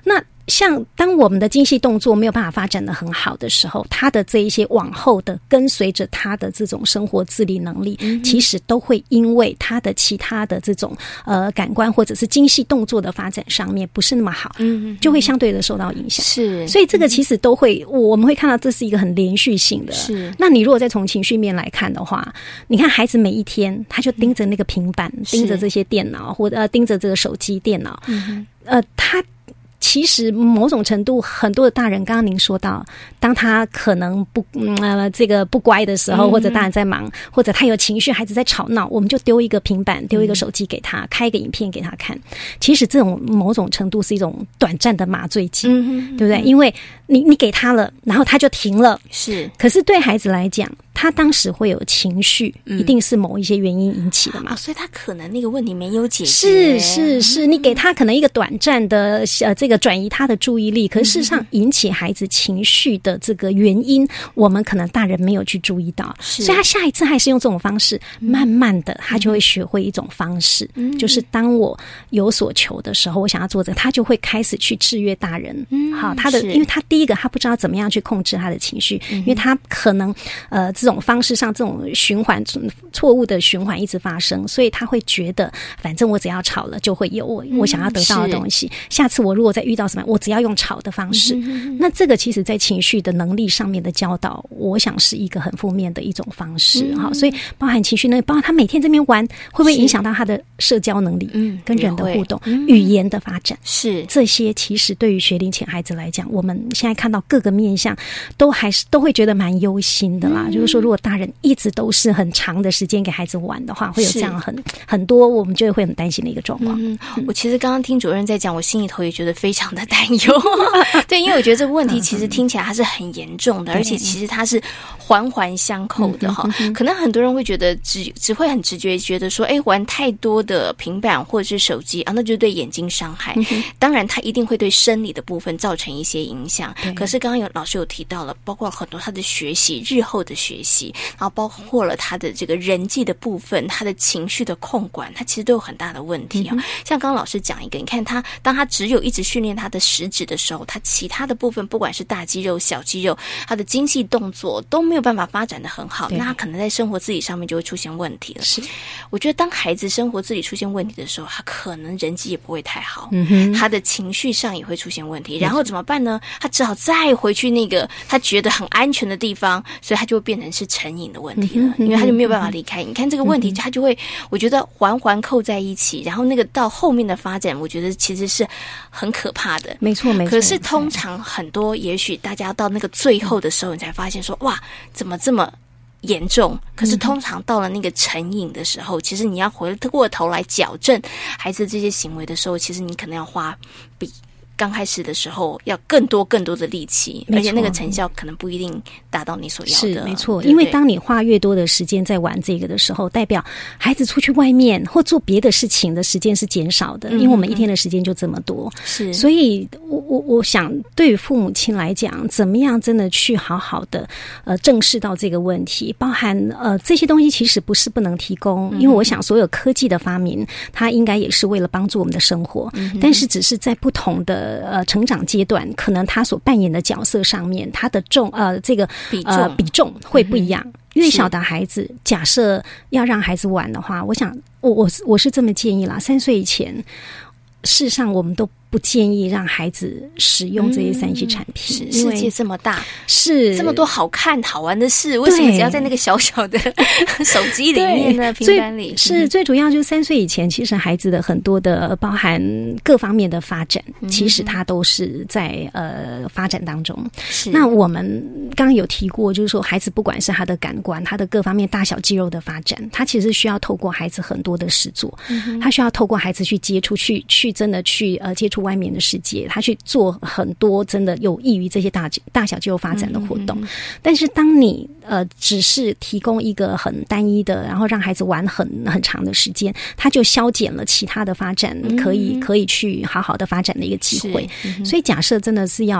像当我们的精细动作没有办法发展得很好的时候，他的这一些往后的跟随着他的这种生活自理能力，其实都会因为他的其他的这种感官或者是精细动作的发展上面不是那么好，就会相对的受到影响。 是， 所以这个其实都会，我们会看到这是一个很连续性的。 是， 那你如果再从情绪面来看的话，你看孩子每一天他就盯着那个平板，盯着这些电脑，或者盯着这个手机、电脑，他其实某种程度，很多的大人，刚刚您说到，当他可能这个不乖的时候，或者大人在忙，或者他有情绪，孩子在吵闹，我们就丢一个平板，丢一个手机给他，开一个影片给他看。其实这种某种程度是一种短暂的麻醉剂，对不对？因为你给他了，然后他就停了。 是， 可是对孩子来讲，他当时会有情绪，一定是某一些原因引起的嘛。 所以他可能那个问题没有解决。 是，你给他可能一个短暂的这个转移他的注意力，可是事实上引起孩子情绪的这个原因，我们可能大人没有去注意到，所以他下一次还是用这种方式，慢慢的他就会学会一种方式，就是当我有所求的时候，我想要做这个，他就会开始去制约大人。好，他的因为他第一个他不知道怎么样去控制他的情绪，因为他可能这种方式上这种循环错误的循环一直发生，所以他会觉得反正我只要吵了就会有我想要得到的东西，下次我如果再遇到什么，我只要用吵的方式。那这个其实在情绪的能力上面的教导，我想是一个很负面的一种方式。好，所以包含情绪能力，包含他每天这边玩，会不会影响到他的社交能力，跟人的互动，语言的发展？是，这些其实对于学龄前孩子来讲，我们现在看到各个面向都会觉得蛮忧心的啦。就是说如果大人一直都是很长的时间给孩子玩的话，会有这样很多我们觉得会很担心的一个状况。 我其实刚刚听主任在讲，我心里头也觉得非常的担忧。对，因为我觉得这个问题其实听起来它是很严重的，而且其实它是环环相扣的哈。可能很多人会觉得只会很直觉觉得说，玩太多的平板或者是手机啊，那就对眼睛伤害。当然它一定会对生理的部分造成一些影响。可是刚刚老师有提到了，包括很多他的学习，日后的学习，然后包括了他的这个人际的部分，他的情绪的控管，他其实都有很大的问题。像刚刚老师讲一个，你看他当他只有一直训练他的食指的时候，他其他的部分不管是大肌肉小肌肉，他的精细动作都没有办法发展得很好，那他可能在生活自理上面就会出现问题了。是，我觉得当孩子生活自理出现问题的时候，他可能人际也不会太好，他的情绪上也会出现问题，然后怎么办呢？他只好再回去那个他觉得很安全的地方，所以他就会变成是成瘾的问题了，因为他就没有办法离开。你看这个问题，他就会我觉得环环扣在一起，然后那个到后面的发展，我觉得其实是很可怕的。没错。可是通常很多，也许大家到那个最后的时候，你才发现说，哇，怎么这么严重？可是通常到了那个成瘾的时候，其实你要回过头来矫正孩子这些行为的时候，其实你可能要花比刚开始的时候要更多的力气，而且那个成效可能不一定达到你所要的。是没错， 因为当你花越多的时间在玩这个的时候，代表孩子出去外面或做别的事情的时间是减少的，因为我们一天的时间就这么多。是，所以我想对于父母亲来讲，怎么样真的去好好的正视到这个问题，包含这些东西其实不是不能提供，因为我想所有科技的发明，它应该也是为了帮助我们的生活，但是只是在不同的成长阶段，可能他所扮演的角色上面，他的这个比重会不一样。越小的孩子，假设要让孩子玩的话，我想我是这么建议啦，3岁以前，事实上我们都不建议让孩子使用这些3C 产品。 世界这么大，是这么多好看好玩的事，为什么只要在那个小小的手机里面呢？平板里是最主要，就是3岁以前，其实孩子的很多的包含各方面的发展，其实他都是在发展当中。那我们刚刚有提过，就是说孩子不管是他的感官，他的各方面大小肌肉的发展，他其实需要透过孩子很多的实作，他需要透过孩子去接触，去真的去接触外面的世界，他去做很多真的有益于这些大小肌肉发展的活动。但是当你只是提供一个很单一的，然后让孩子玩很长的时间，他就消减了其他的发展可以去好好的发展的一个机会。所以假设真的是要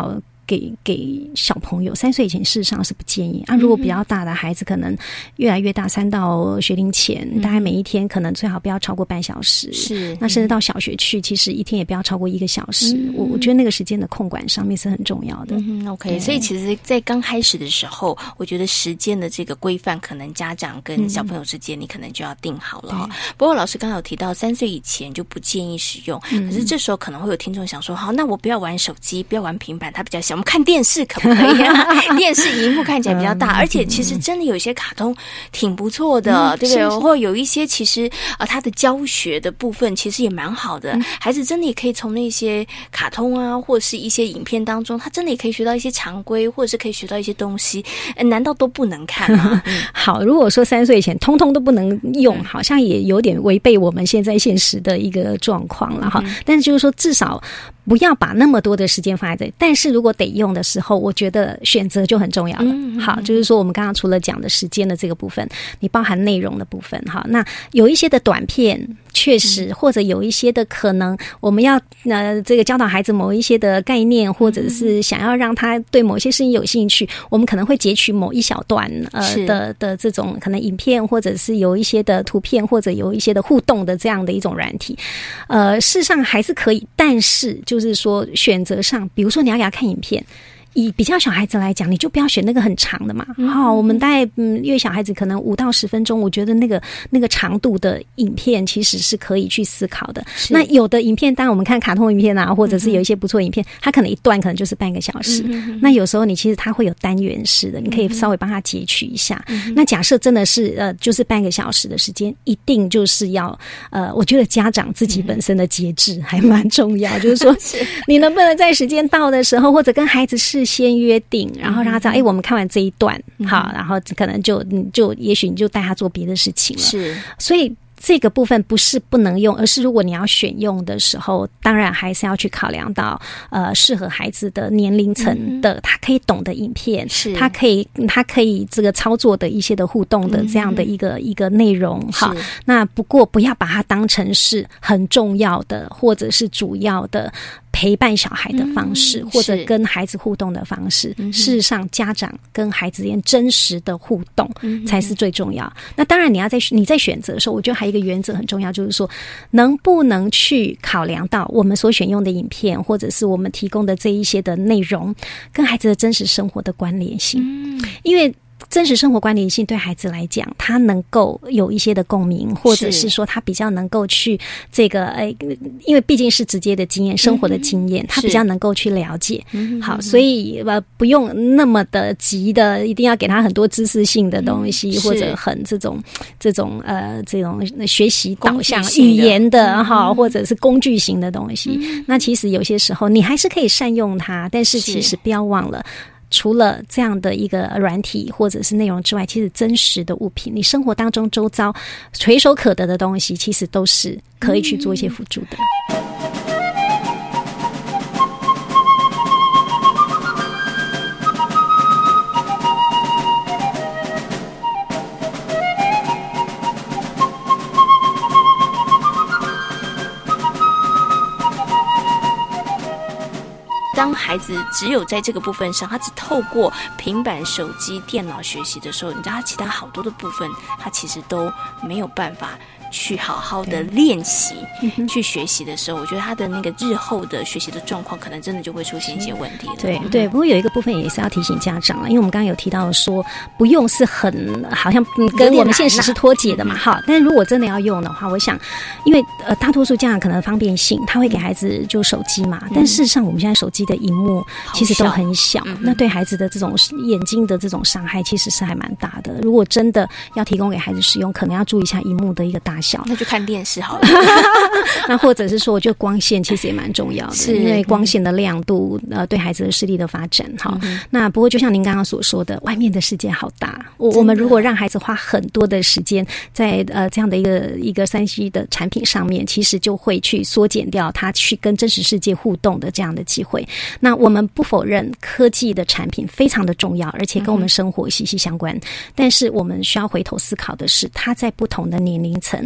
给小朋友3岁以前事实上是不建议啊。如果比较大的孩子可能越来越大，3到学龄前，大概每一天可能最好不要超过半小时。是，那甚至到小学去，其实一天也不要超过1个小时。我觉得那个时间的控管上面是很重要的。 OK， 所以其实在刚开始的时候，我觉得时间的这个规范，可能家长跟小朋友之间，你可能就要定好了。不过老师刚刚有提到3岁以前就不建议使用，可是这时候可能会有听众想说，好，那我不要玩手机，不要玩平板，它比较小，我们看电视可不可以啊？电视荧幕看起来比较大，而且其实真的有一些卡通挺不错的，对不对？或有一些其实它的教学的部分其实也蛮好的，孩子真的也可以从那些卡通啊，或者是一些影片当中，他真的也可以学到一些常规，或者是可以学到一些东西。难道都不能看吗？ 好，如果说3岁以前通通都不能用，好像也有点违背我们现在现实的一个状况了哈。但是就是说，至少不要把那么多的时间放在这里。但是如果得用的时候，我觉得选择就很重要了。好，就是说我们刚刚除了讲的时间的这个部分，你包含内容的部分哈。那有一些的短片，确实，或者有一些的可能，我们要这个教导孩子某一些的概念，或者是想要让他对某些事情有兴趣，我们可能会截取某一小段的这种可能影片，或者是有一些的图片，或者有一些的互动的这样的一种软体。事实上还是可以，但是就是说选择上，比如说你要给他看影片。以比较小孩子来讲，你就不要选那个很长的嘛。好，我们大概因为小孩子可能5到10分钟，我觉得那个长度的影片其实是可以去思考的。那有的影片，当然我们看卡通影片啊，或者是有一些不错影片，它可能一段可能就是半个小时。那有时候你其实它会有单元式的，你可以稍微帮他截取一下。那假设真的是就是半个小时的时间，一定就是要我觉得家长自己本身的节制还蛮重要，就是说你能不能在时间到的时候，或者跟孩子事先约定，然后让他知道，我们看完这一段，好，然后可能就也许你就带他做别的事情了。是，所以这个部分不是不能用，而是如果你要选用的时候，当然还是要去考量到适合孩子的年龄层的，他可以懂的影片，是他可以这个操作的一些的互动的这样的一个内容。好，那不过不要把它当成是很重要的或者是主要的陪伴小孩的方式，或者跟孩子互动的方式。事实上，家长跟孩子之间真实的互动才是最重要。那当然，你在选择的时候，我觉得还有一个原则很重要，就是说能不能去考量到我们所选用的影片，或者是我们提供的这一些的内容，跟孩子的真实生活的关联性。因为真实生活关联性对孩子来讲，他能够有一些的共鸣，或者是说他比较能够去这个因为毕竟是直接的经验，生活的经验，他比较能够去了解。好，所以不用那么的急的一定要给他很多知识性的东西，或者很这种学习导向语言的哈，或者是工具型的东西。那其实有些时候你还是可以善用它，但是其实不要忘了，除了这样的一个软体或者是内容之外，其实真实的物品，你生活当中周遭垂手可得的东西，其实都是可以去做一些辅助的。 当孩子只有在这个部分上，他只透过平板、手机、电脑学习的时候，你知道他其他好多的部分，他其实都没有办法去好好的练习，去学习的时候，我觉得他的那个日后的学习的状况，可能真的就会出现一些问题了。 对，不过有一个部分也是要提醒家长了，因为我们刚刚有提到说，不用是很好像跟我们现实是脱节的嘛，哈。但是如果真的要用的话，我想，因为大多数家长可能方便性，他会给孩子就手机嘛，但事实上我们现在手机的萤幕其实都很小，那对孩子的这种眼睛的这种伤害其实是还蛮大的。如果真的要提供给孩子使用，可能要注意一下萤幕的一个大小， 那就看电视好了。 那或者是说，我觉得光线其实也蛮重要的，因为光线的亮度对孩子的视力的发展。好，那不过就像您刚刚所说的，外面的世界好大，我们如果让孩子花很多的时间在这样的一个3C 的产品上面，其实就会去缩减掉他去跟真实世界互动的这样的机会。那我们不否认科技的产品非常的重要，而且跟我们生活息息相关，但是我们需要回头思考的是，它在不同的年龄层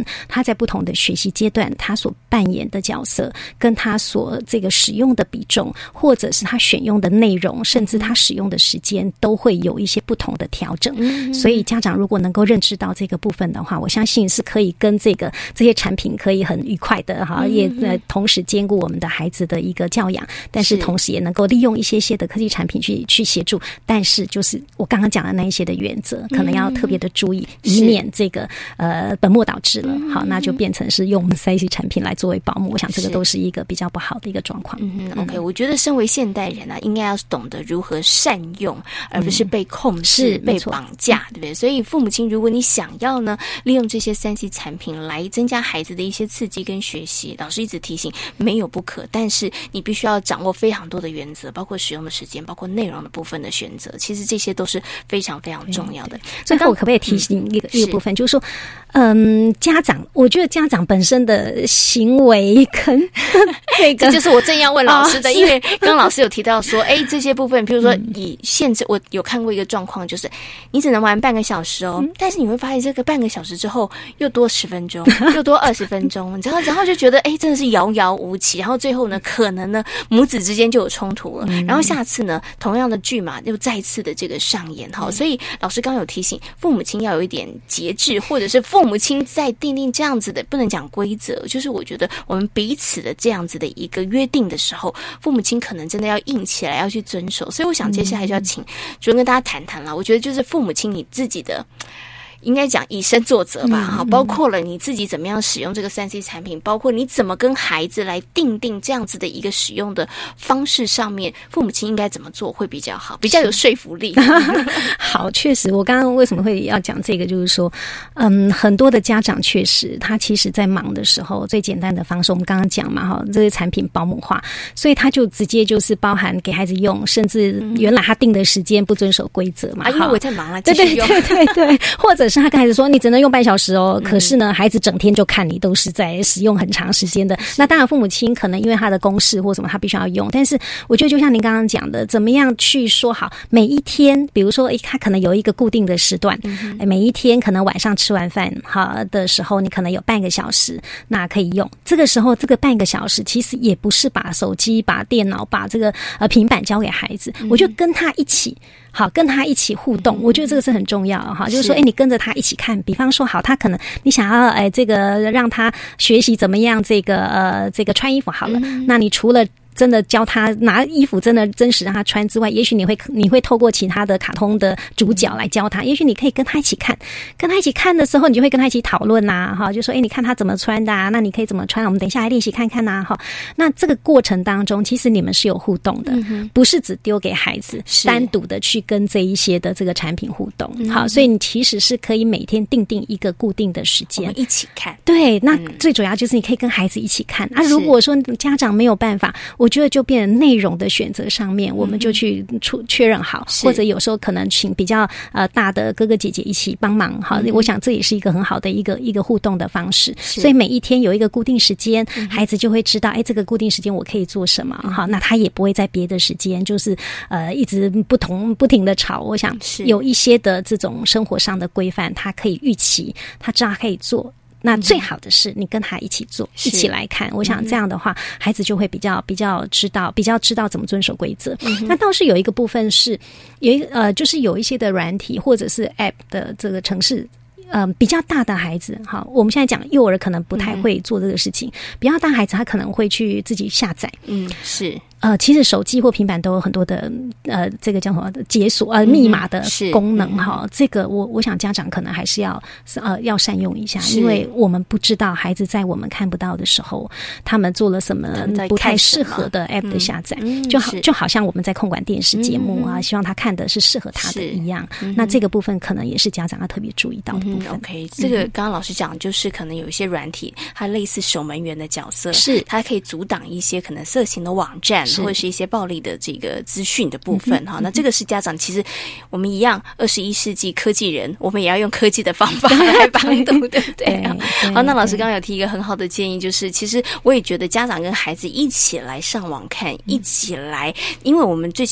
他在不同的学习阶段，他所扮演的角色，跟他所这个使用的比重，或者是他选用的内容，甚至他使用的时间，都会有一些不同的调整。所以家长如果能够认知到这个部分的话，我相信是可以跟这些产品可以很愉快的哈，也同时兼顾我们的孩子的一个教养，但是同时也能够利用一些的科技产品去协助。但是就是我刚刚讲的那一些的原则，可能要特别的注意，以免这个本末倒置了。好，那就变成是用我们3C 产品来作为保姆，我想这个都是一个比较不好的一个状况。 OK， 我觉得身为现代人啊，应该要懂得如何善用，而不是被控制、被绑架，对不对？所以父母亲，如果你想要呢，利用这些3C 产品来增加孩子的一些刺激跟学习，老师一直提醒没有不可，但是你必须要掌握非常多的原则，包括使用的时间，包括内容的部分的选择，其实这些都是非常非常重要的。 最后我可不可以提醒一个部分，就是说家长，我觉得家长本身的行为跟这个这就是我正要问老师的，因为刚刚老师有提到说这些部分比如说以限制，我有看过一个状况，就是你只能玩半个小时但是你会发现这个半个小时之后又多10分钟又多20分钟，然后就觉得真的是遥遥无期，然后最后呢可能呢母子之间就有冲突了，然后下次呢同样的剧嘛又再次的这个上演所以老师刚刚有提醒父母亲要有一点节制，或者是父母亲在订定这样子的，不能讲规则，就是我觉得我们彼此的这样子的一个约定的时候，父母亲可能真的要硬起来，要去遵守。所以我想接下来就要请主任跟大家谈谈了。我觉得就是父母亲你自己的应该讲以身作则吧，包括了你自己怎么样使用这个3C 产品，包括你怎么跟孩子来定这样子的一个使用的方式上面，父母亲应该怎么做会比较好，比较有说服力。 好，确实，我刚刚为什么会要讲这个，就是说，很多的家长确实他其实在忙的时候，最简单的方式，我们刚刚讲嘛，这些产品保姆化，所以他就直接就是包含给孩子用，甚至原来他定的时间不遵守规则嘛， 因为我在忙了， 对，或者是他跟孩子说你只能用半小时可是呢孩子整天就看你都是在使用很长时间的，那当然父母亲可能因为他的公事或什么他必须要用，但是我觉得就像您刚刚讲的，怎么样去说好每一天，比如说他可能有一个固定的时段，每一天可能晚上吃完饭的时候你可能有半个小时那可以用，这个时候这个半个小时其实也不是把手机把电脑把这个平板交给孩子，我就跟他一起跟他一起互动，我觉得这个是很重要就是说你跟着他一起看，比方说他可能你想要这个让他学习怎么样这个穿衣服好了，那你除了真的教他拿衣服真的真实让他穿之外，也许你会透过其他的卡通的主角来教他，也许你可以跟他一起看，跟他一起看的时候你就会跟他一起讨论就说你看他怎么穿的那你可以怎么穿，我们等一下来练习看看那这个过程当中其实你们是有互动的，不是只丢给孩子单独的去跟这一些的这个产品互动所以你其实是可以每天定一个固定的时间， 我们一起看， 对，那最主要就是你可以跟孩子一起看如果说家长没有办法，我觉得就变成内容的选择上面我们就去确认好，或者有时候可能请比较大的哥哥姐姐一起帮忙我想这也是一个很好的一个互动的方式，所以每一天有一个固定时间孩子就会知道这个固定时间我可以做什么那他也不会在别的时间就是一直不停的吵，我想有一些的这种生活上的规范他可以预期，他知道他可以做，那最好的是你跟他一起做，一起来看，我想这样的话孩子就会比较知道怎么遵守规则那倒是有一个部分是就是有一些的软体或者是 App 的这个程式比较大的孩子我们现在讲幼儿可能不太会做这个事情比较大孩子他可能会去自己下载是其实手机或平板都有很多的这个叫什么解锁密码的功能这个我想家长可能还是要善用一下，因为我们不知道孩子在我们看不到的时候他们做了什么不太适合的 app 的下载就好像我们在控管电视节目希望他看的是适合他的一样那这个部分可能也是家长要特别注意到的部分 OK， 这个刚刚老师讲就是可能有一些软体它类似守门员的角色， 是它可以阻挡一些可能色情的网站或者是一些暴力的这个资讯的部分那这个是家长其实我们一样21世纪科技人，我们也要用科技的方法来帮助对不对好，那老师刚刚有提一个很好的建议，就是其实我也觉得家长跟孩子一起来上网看一起来，因为我们最起码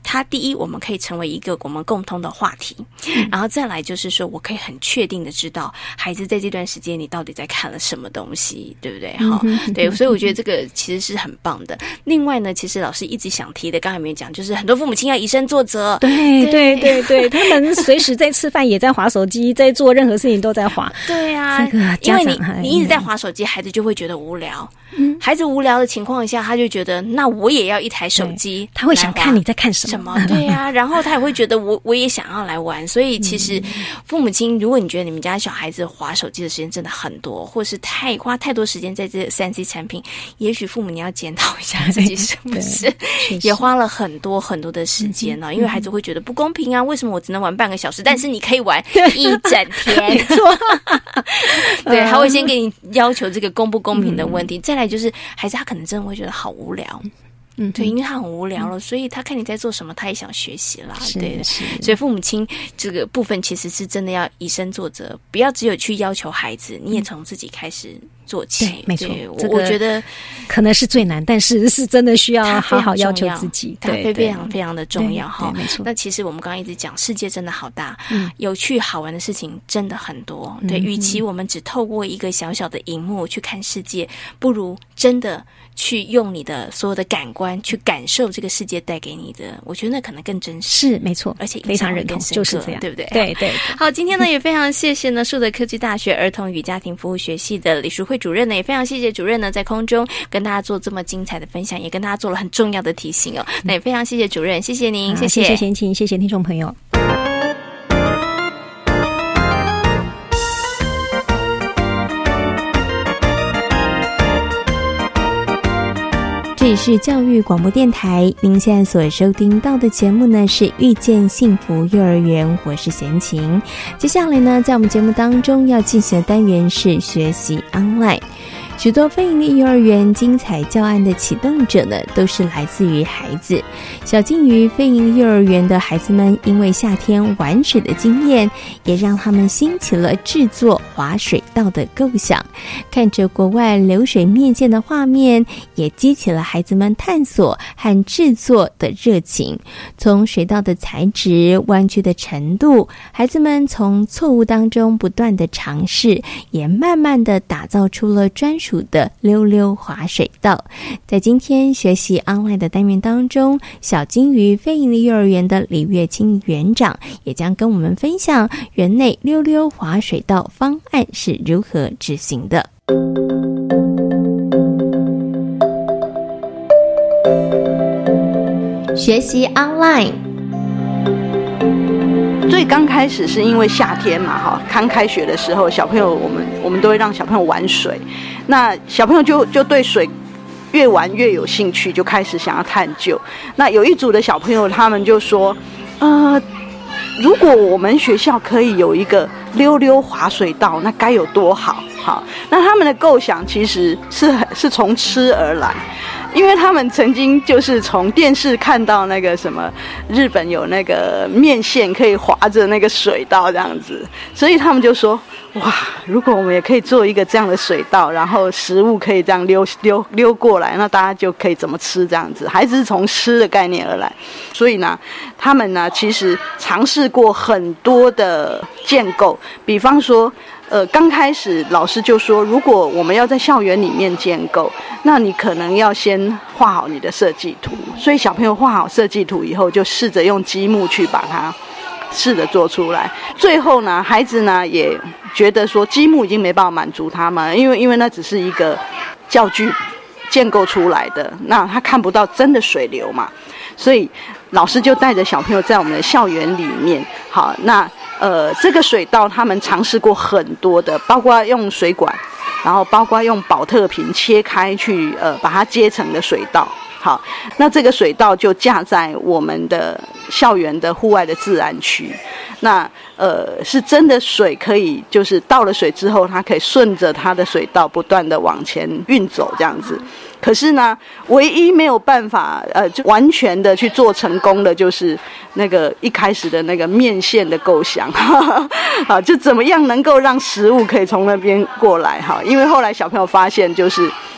它第一我们可以成为一个我们共通的话题，然后再来就是说我可以很确定的知道孩子在这段时间你到底在看了什么东西，对不对？对，所以我觉得这个其实是很棒的。另外呢，其实老师一直想提的，刚才没讲，就是很多父母亲要以身作则。 对，他们随时在吃饭也在滑手机，在做任何事情都在滑。 对啊， 这个因为你一直在滑手机，孩子就会觉得无聊。孩子无聊的情况下，他就觉得那我也要一台手机， 他会想看你在看什么。 对啊，然后他也会觉得我也想要来玩。所以其实父母亲，如果你觉得你们家小孩子滑手机的时间真的很多，或是花太多时间在这 3C 产品，也许父母你要检讨一下自己是不是也花了很多很多的时间呢？因为孩子会觉得不公平啊，为什么我只能玩半个小时，但是你可以玩一整天？没错，对，他会先给你要求这个公不公平的问题。再来就是孩子他可能真的会觉得好无聊。对，因为他很无聊了，所以他看你在做什么，他也想学习啦。对，所以父母亲这个部分其实是真的要以身作则，不要只有去要求孩子，你也从自己开始做起。 对，没错， 我觉得可能是最难，但是是真的需要好好要求自己， 它非常非常的重要哈。 没错。 那其实我们刚刚一直讲，世界真的好大，有趣好玩的事情真的很多。对，与其我们只透过一个小小的荧幕去看世界，不如真的去用你的所有的感官去感受这个世界带给你的，我觉得那可能更真实。 是，没错， 而且非常认同，就是这样， 对不对？ 对。 好，今天呢也非常谢谢呢树德科技大学儿童与家庭服务学系的李淑慧主任呢，也非常谢谢主任呢在空中跟大家做这么精彩的分享，也跟大家做了很重要的提醒哦。那也非常谢谢主任，谢谢您，谢谢贤琴，谢谢听众朋友。 这里是教育广播电台，您现在所收听到的节目呢是遇见幸福幼儿园，我是贤琴。接下来呢，在我们节目当中要进行的单元是学习 online。许多非营利幼儿园精彩教案的启动者呢，都是来自于孩子。小金鱼非营利幼儿园的孩子们，因为夏天玩水的经验，也让他们兴起了制作滑水道的构想。看着国外流水面线的画面，也激起了孩子们探索和制作的热情。从水道的材质、弯曲的程度，孩子们从错误当中不断的尝试，也慢慢的打造出了专属的溜溜滑水道。在今天学习 online 的单元当中，小金鱼非营利幼儿园的李月清园长也将跟我们分享园内溜溜滑水道方案是如何执行的。学习 online。 最刚开始是因为夏天嘛，哈，刚开学的时候，小朋友我们都会让小朋友玩水，那小朋友就对水越玩越有兴趣，就开始想要探究。那有一组的小朋友，他们就说，如果我们学校可以有一个溜溜滑水道，那该有多好。好，那他们的构想其实是从吃而来。因为他们曾经就是从电视看到那个什么日本有那个面线可以滑着那个水道这样子，所以他们就说哇，如果我们也可以做一个这样的水道，然后食物可以这样溜过来，那大家就可以怎么吃这样子。孩子是从吃的概念而来，所以呢他们呢其实尝试过很多的建构，比方说刚开始老师就说，如果我们要在校园里面建构，那你可能要先画好你的设计图。所以小朋友画好设计图以后，就试着用积木去把它试着做出来。最后呢，孩子呢也觉得说积木已经没办法满足他们，因为那只是一个教具建构出来的，那他看不到真的水流嘛，所以老师就带着小朋友在我们的校园里面，好，那这个水道他们尝试过很多的，包括用水管，然后包括用保特瓶切开去把它接成的水道。好，那这个水道就架在我们的校园的户外的自然区。那是真的水可以，就是倒了水之后，它可以顺着它的水道不断的往前运走这样子。可是呢，唯一没有办法就完全的去做成功的，就是那个一开始的那个面线的构想，好，就怎么样能够让食物可以从那边过来哈？因为后来小朋友发现，就是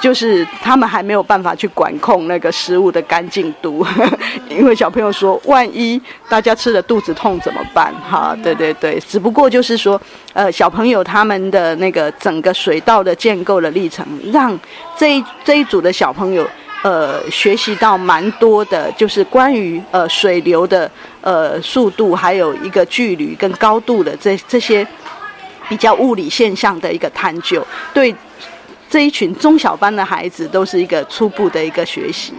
就是他们还没有办法去管控那个食物的干净度，因为小朋友说，万一大家吃了肚子痛怎么办？哈，对对对，只不过就是说，小朋友他们的那个整个水道的建构的历程，让这一组的小朋友，学习到蛮多的，就是关于水流的速度，还有一个距离跟高度的这些比较物理现象的一个探究，对这一群中小班的孩子都是一个初步的一个学习。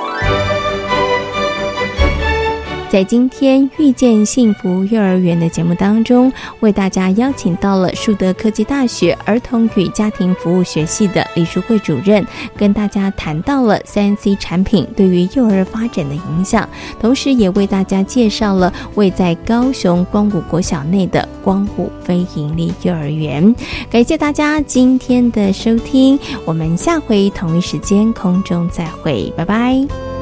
在今天遇见幸福幼儿园的节目当中，为大家邀请到了树德科技大学儿童与家庭服务学系的李淑慧主任，跟大家谈到了 3C 产品对于幼儿发展的影响，同时也为大家介绍了位在高雄光谷国小内的光谷非营利幼儿园。感谢大家今天的收听，我们下回同一时间空中再会，拜拜。